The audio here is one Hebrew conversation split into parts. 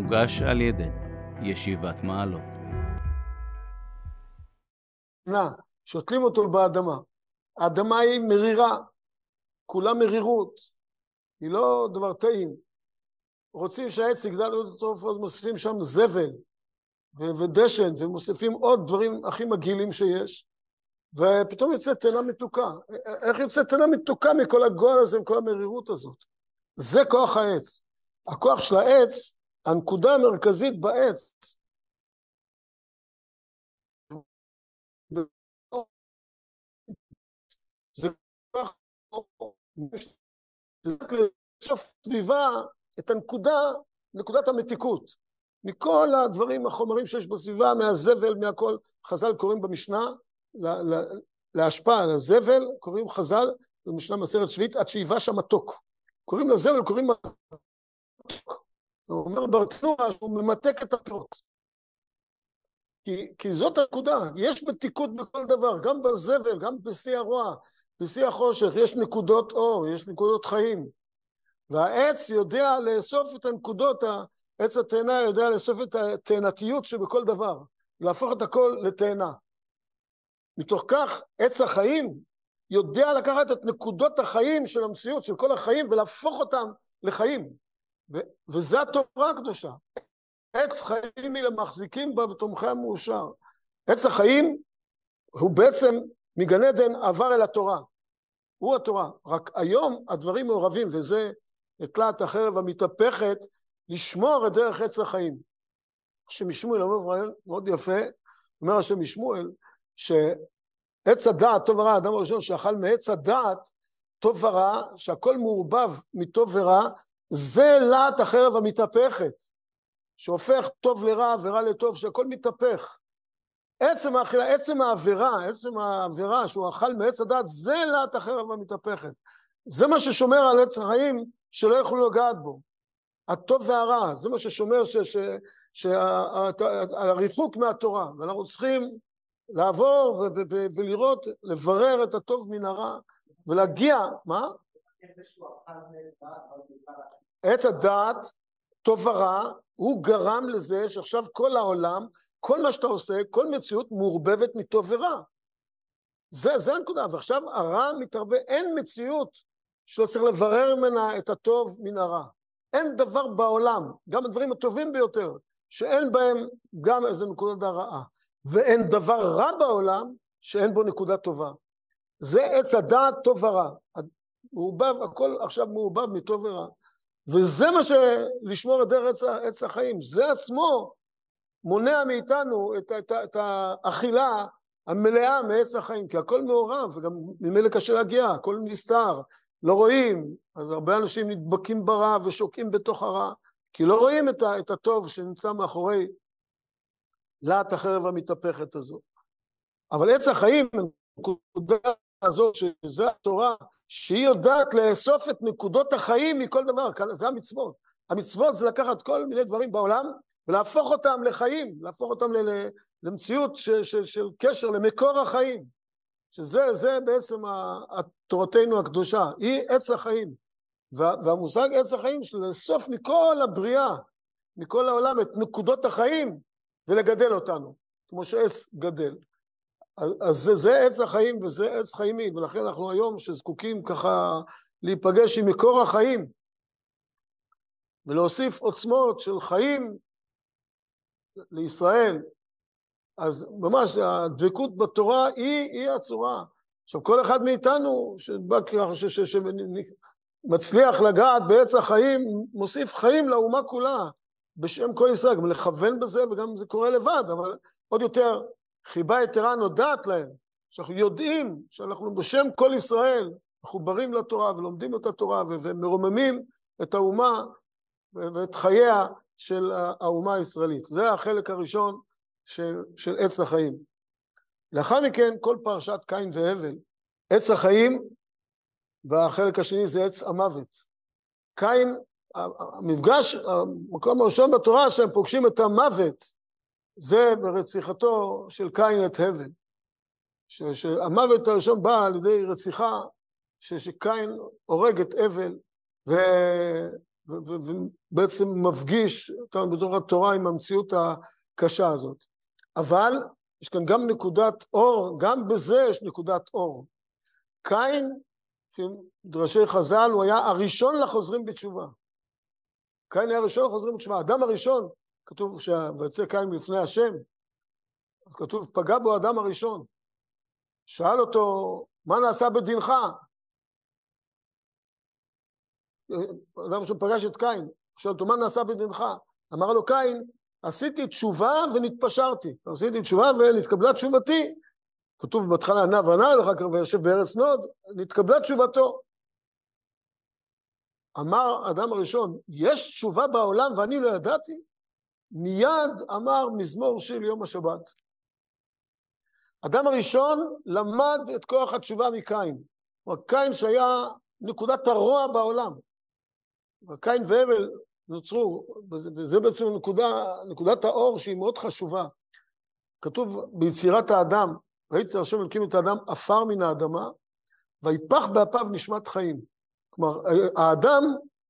הוגש על ידי ישיבת מעלות. שותלים אותו באדמה. האדמה היא מרירה, כולה מרירות, היא לא דבר טעים. רוצים שהעץ יגדל עוד טוב, אז מוסיפים שם זבל ודשן, ומוסיפים עוד דברים הכי מגעילים שיש, ופתאום יוצא תאנה מתוקה. איך יוצא תאנה מתוקה מכל הגועל הזה, מכל המרירות הזאת? זה כוח העץ. הכוח של העץ, הנקודה המרכזית בעץ, זה כוח, זה רק לשוף סביבה את נקודת המתיקות. מכל הדברים, החומרים שיש בסביבה, מהזבל, מהכל, חז"ל קוראים במשנה, להשפעה, לזבל, קוראים חז"ל, במשנה מסכת שביעית, עד שיבש המתוק. קוראים לזבל, קוראים מתוק. הוא אומר ברטנוע שהוא ממתק את הפירות. כי זאת הנקודה, יש מתיקות בכל דבר, גם בזבל, גם בשיא הרוע, בשיא החושך, יש נקודות אור, יש נקודות חיים. והעץ יודע לאסוף את הנקודות, עץ התאנה יודע לאסוף את התאנתיות שבכל דבר, להפוך את הכל לתאנה. מתוך כך, עץ החיים יודע לקחת את נקודות החיים של המציאות, של כל החיים, ולהפוך אותם לחיים. וזה התורה הקדושה. עץ חיים היא למחזיקים בה ותומכי המאושר. עץ החיים הוא בעצם מגן עדן עבר אל התורה. הוא התורה. רק היום הדברים מעורבים, וזה נטלת החרב המתהפכת, לשמור את דרך עץ החיים. השם משמואל אומר רעיון מאוד יפה, אומר השם משמואל, שעץ הדעת, טוב ורע, האדם הראשון שאכל מעץ הדעת, טוב ורע, שהכל מעורבב מטוב ורע, זה להט החרב המתהפכת, שהופך טוב לרע ורע לטוב, שהכל מתהפך. עצם האכילה, עצם העבירה שהוא אכל מעץ הדעת, זה להט החרב המתהפכת. זה מה ששומר על עץ החיים שלא יכולו לגעת בו. הטוב והרע, זה מה ששומר על הריחוק מהתורה. ואנחנו צריכים לעבור ולראות, לברר את הטוב מן הרע, ולהגיע, מה? עץ הדעת, טוב ורע, הוא גרם לזה שעכשיו כל העולם, כל מה שאתה עושה, כל מציאות מעורבבת מטוב ורע. זה הנקודה. ועכשיו הרע מתערבב, אין מציאות שלא צריך לברר ממנה את הטוב מן הרע. אין דבר בעולם, גם הדברים הטובים ביותר, שאין בהם גם איזה נקודה רעה. ואין דבר רע בעולם שאין בו נקודה טובה. זה עץ הדעת טוב ורע. מעורבב, הכל עכשיו מעורבב מטוב ורע. וזה מה שלשמור את דרך עץ החיים. זה עצמו מונע מאיתנו את האכילה המלאה מעץ החיים, כי הכל מעורב, וגם ממילא קשה להגיע, הכל נסתר, לא רואים, אז הרבה אנשים נדבקים ברע ושוקעים בתוך הרע, כי לא רואים את הטוב שנמצא מאחורי להט החרב המתהפכת הזו. אבל עץ החיים, הנקודה הזאת, שזה התורה, שהיא יודעת לאסוף את נקודות החיים מכל דבר, זה המצוות. המצוות זה לקחת כל מיני דברים בעולם, ולהפוך אותם לחיים, להפוך אותם למציאות של קשר, למקור החיים. שזה בעצם תורתנו הקדושה, היא עץ החיים. והמושג עץ החיים של לאסוף מכל הבריאה, מכל העולם, את נקודות החיים, ולגדל אותנו, כמו שעץ גדל. אז זה עץ החיים וזה עץ חיימי, ולכן אנחנו היום שזקוקים ככה להיפגש עם מקור החיים, ולהוסיף עוצמות של חיים לישראל. אז ממש הדבקות בתורה היא הצורה. עכשיו כל אחד מאיתנו שמצליח לגעת בעץ החיים, מוסיף חיים לאומה כולה, בשם כל ישראל, גם לכוון בזה וגם זה קורה לבד, אבל עוד יותר חיבה יתרה נודעת להם, שאנחנו יודעים שאנחנו בשם כל ישראל מחוברים לתורה ולומדים את התורה ומרוממים את האומה ואת חייה של האומה הישראלית. זה החלק הראשון של עץ החיים. לאחר מכן כל פרשת קין והבל, עץ החיים, והחלק השני זה עץ המוות. קין, המפגש, המקום הראשון בתורה שהם פוגשים את המוות, זה ברציחתו של קין את הבל. שהמוות הראשון בא על ידי רציחה, שקין הורג את הבל, ובעצם מפגיש אותנו בתוך התורה עם המציאות הקשה הזאת. אבל יש כאן גם נקודת אור, גם בזה יש נקודת אור. קין, לפי דרשי חז"ל, הוא היה הראשון לחוזרים בתשובה. קין היה הראשון לחוזרים בתשובה. האדם הראשון, כתוב ויצא קין לפני השם, אז כתוב, פגע בו האדם הראשון. שאל אותו, מה נעשה בדינך? האדם שפגש את קין, שאל אותו, מה נעשה בדינך? אמר לו קין, עשיתי תשובה ונתפשרתי. עשיתי תשובה ונתקבלה תשובתי. כתוב בהתחלה ענה וענה, אחר כך וישב בארץ נוד, נתקבלה תשובתו. אמר האדם הראשון, יש תשובה בעולם ואני לא ידעתי? מיד אמר מזמור שיר יום השבת. אדם הראשון למד את כוח התשובה מקין. קין שהיה נקודת הרוע בעולם. קין והבל נוצרו, וזה בעצם נקודת האור שהיא מאוד חשובה. כתוב ביצירת האדם, ויצר השם אלוקים את האדם עפר מן האדמה, ויפח באפיו נשמת חיים. כלומר, האדם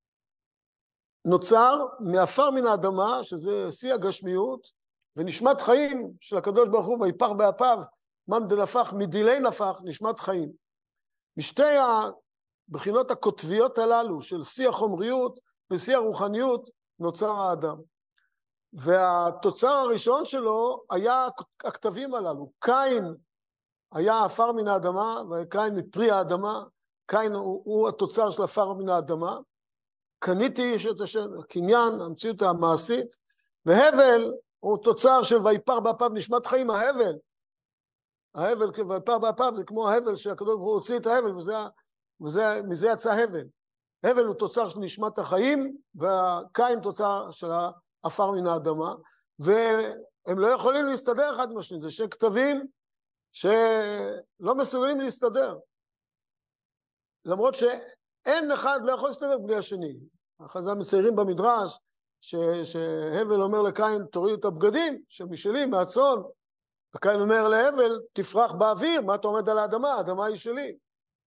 נוצר מעפר מן האדמה, שזה שיא הגשמיות, ונשמת חיים של הקדוש ברוך הוא, ויפח באפיו, מן דנפח, מדילי נפח, נשמת חיים. משתי הבחינות הכותביות הללו, של שיא החומריות ושיא הרוחניות, נוצר האדם. והתוצר הראשון שלו היה הכתבים הללו. קין היה עפר מן האדמה, וקין מפרי האדמה. קין הוא התוצר של עפר מן האדמה. קניתי את הקניין, המציאות המעשית, והבל הוא תוצר של ויפח באפיו נשמת חיים. ההבל ויפח באפיו זה כמו ההבל שהקדוש ברוך הוא הוציא את ההבל, ומזה יצא הבל. הבל הוא תוצר של נשמת החיים, והקין תוצר של עפר מן האדמה, והם לא יכולים להסתדר אחד עם השני. זה שני כתבים שלא מסוגלים להסתדר. למרות שאין אחד לא יכול להסתדר בלי השני. החז"ל מציירים במדרש, שהבל אומר לקין, תוריד את הבגדים שמשלי, מהצאן. הקין אומר להבל, תפרח באוויר, מה אתה עומד על האדמה? האדמה היא שלי.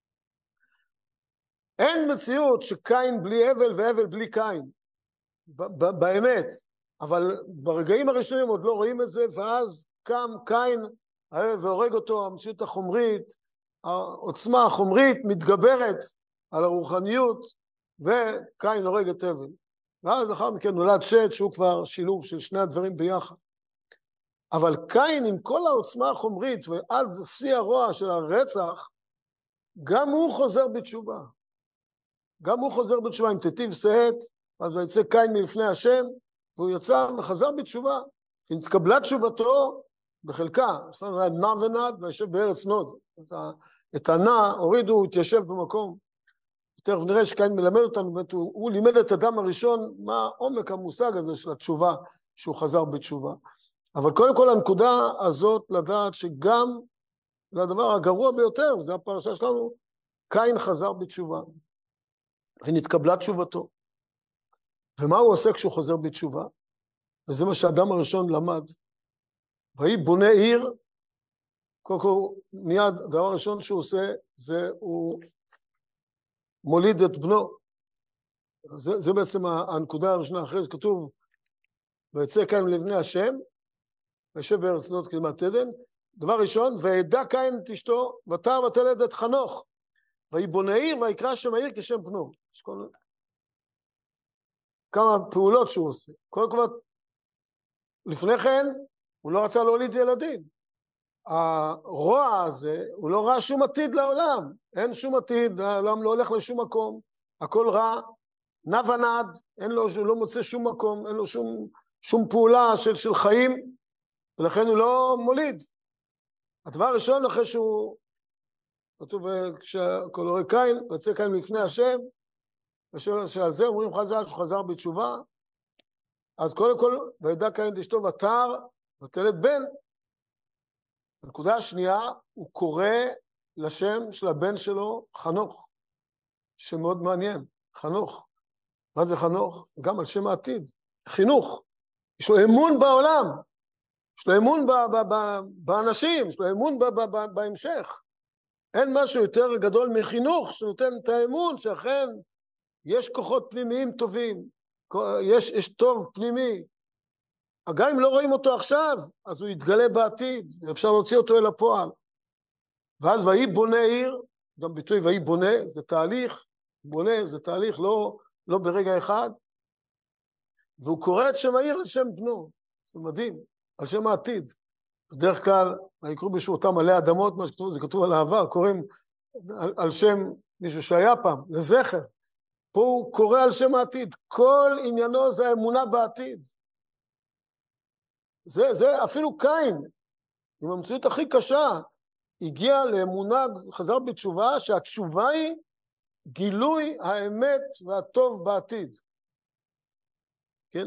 אין מציאות שקין בלי הבל והבל בלי קין. באמת. אבל ברגעים הראשונים עוד לא רואים את זה, ואז קם קין והורג אותו. המציאות החומרית, העוצמה החומרית מתגברת על הרוחניות, וקין הורג את הבל. ואז לאחר מכן נולד שת, שהוא כבר שילוב של שני הדברים ביחד. אבל קין עם כל העוצמה החומרית ועד שיא הרוע של הרצח, גם הוא חוזר בתשובה. גם הוא חוזר בתשובה עם תיטיב שאת, אז ויצא קין מלפני השם, והוא יצא וחזר בתשובה. ונתקבלה תשובתו בחלקה. יש לנו נע ונד וישב בארץ נוד. את הנע הורידו, הוא התיישב במקום. תכף נראה שקין מלמד אותנו, הוא לימד את אדם הראשון מה עומק המושג הזה של התשובה, שהוא חזר בתשובה. אבל קודם כל הנקודה הזאת לדעת שגם לדבר הגרוע ביותר, זה הפרשה שלנו, קין חזר בתשובה. ונתקבלה תשובתו. ומה הוא עושה כשהוא חוזר בתשובה? וזה מה שהאדם הראשון למד. והיא בונה עיר, קודם כל מיד הדבר הראשון שהוא עושה, זה הוא מוליד את בנו. זה בעצם הנקודה הראשונה. אחרי זה כתוב, ויצא קין לבני השם, וישב בארץ נוד קדמת עדן. דבר ראשון, וידע קין את אשתו, ותר ותלד את חנוך. והיא בונה עיר, ויקרא שם העיר כשם בנו. יש כמה פעולות שהוא עושה. קודם כל, לפני כן, הוא לא רצה להוליד ילדים. הרוע הזה, הוא לא ראה שום עתיד לעולם. אין שום עתיד, העולם לא הולך לשום מקום. הכל רע, נע ונד, הוא לא מוצא שום מקום, אין לו שום פעולה של חיים, ולכן הוא לא מוליד. הדבר הראשון, אחרי שהוא, כתוב, כשכל הורי קין, ויצא קין לפני השם, ושעל זה אומרים חז"ל שהוא חזר בתשובה, אז קודם כל, וידע קין את אשתו ותר ותלד בן. הנקודה השנייה, הוא קורא לשם של הבן שלו חנוך, שמאוד מעניין, חנוך. מה זה חנוך? גם על שם העתיד, חינוך. יש לו אמון בעולם, יש לו אמון באנשים, יש לו אמון בהמשך. אין משהו יותר גדול מחינוך שנותן את האמון שאכן יש כוחות פנימיים טובים, יש טוב פנימי. גם אם לא רואים אותו עכשיו, אז הוא יתגלה בעתיד, אפשר להוציא אותו אל הפועל. ואז ויהי בונה עיר, גם ביטוי ויהי בונה, זה תהליך, בונה זה תהליך לא ברגע אחד, והוא קורא את שם העיר על שם בנו, זה מדהים, על שם העתיד. בדרך כלל, ויקראו בשמותם עלי אדמות, מה שכתוב, זה כתוב על העבר, קוראים על שם מישהו שהיה פעם, לזכר. פה הוא קורא על שם העתיד, כל עניינו זה האמונה בעתיד. זה אפילו קין, עם המציאות הכי קשה, הגיע לאמונה, חזר בתשובה, שהתשובה היא גילוי האמת והטוב בעתיד. כן?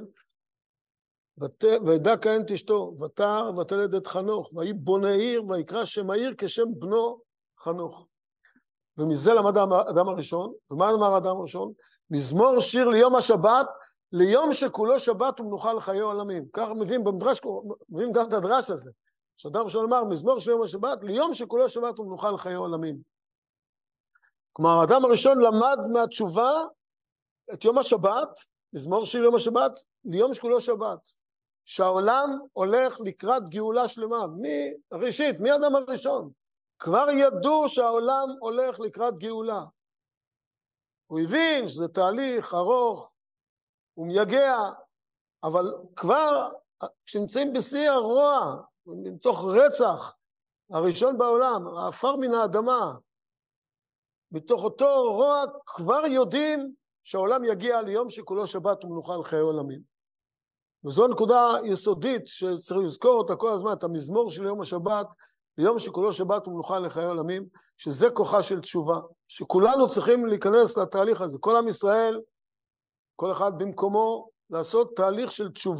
וידע קין את אשתו, ותר ותלד את חנוך, ויהי בונה עיר, ויקרא שם העיר כשם בנו חנוך. ומזה למד האדם הראשון, ומה אמר האדם הראשון? מזמור שיר ליום השבת, ליום שכולו שבת ומנוחה לחיי עולמים. ככה מביאים במדרש, מביאים גם את הדרש הזה. שאדם ראשון אמר, מזמור של יום השבת, ליום שכולו שבת ומנוחה לחיי עולמים. כלומר, האדם הראשון למד מהתשובה את יום השבת, מזמור של יום השבת, ליום שכולו שבת. שהעולם הולך לקראת גאולה שלמה. ראשית, מי האדם הראשון? כבר ידעו שהעולם הולך לקראת גאולה. הוא הבין שזה תהליך ארוך, הוא מייגע, אבל כבר כשנמצאים בשיא הרוע, מתוך רצח הראשון בעולם, האפר מן האדמה, מתוך אותו רוע כבר יודעים שהעולם יגיע ליום שכולו שבת ומנוחה לחיי עולמים. וזו נקודה יסודית שצריך לזכור אותה כל הזמן, את המזמור של יום השבת, ליום שכולו שבת ומנוחה לחיי עולמים, שזה כוחה של תשובה, שכולנו צריכים להיכנס לתהליך הזה. כל עם ישראל, כל אחד במקומו, לעשות תהליך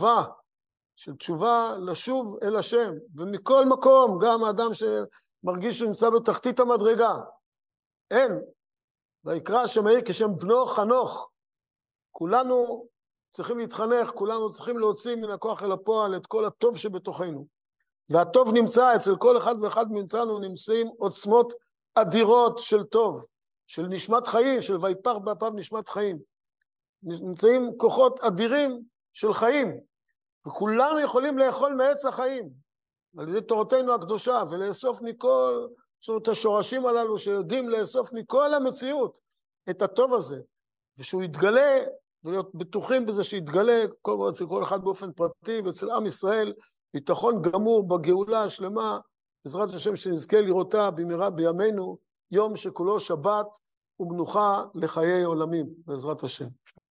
של תשובה לשוב אל השם, ומכל מקום, גם האדם שמרגיש שנמצא בתחתית המדרגה, אין, ויקרא שם העיר כשם בנו חנוך. כולנו צריכים להתחנך, כולנו צריכים להוציא מן הכוח אל הפועל את כל הטוב שבתוכנו. והטוב נמצא אצל כל אחד ואחד מאיתנו, נמצאים עוצמות אדירות של טוב, של נשמת חיים, של ויפח באפיו נשמת חיים. נמצאים כוחות אדירים של חיים, וכולנו יכולים לאכול מעץ החיים, על ידי תורתנו הקדושה, ולאסוף מכל, יש לנו את השורשים הללו שיודעים לאסוף מכל המציאות את הטוב הזה, ושהוא יתגלה, ולהיות בטוחים בזה שיתגלה אצל כל אחד באופן פרטי, ואצל עם ישראל, ביטחון גמור בגאולה השלמה, בעזרת השם שנזכה לראותה במהרה בימינו, יום שכולו שבת ומנוחה לחיי עולמים, בעזרת השם.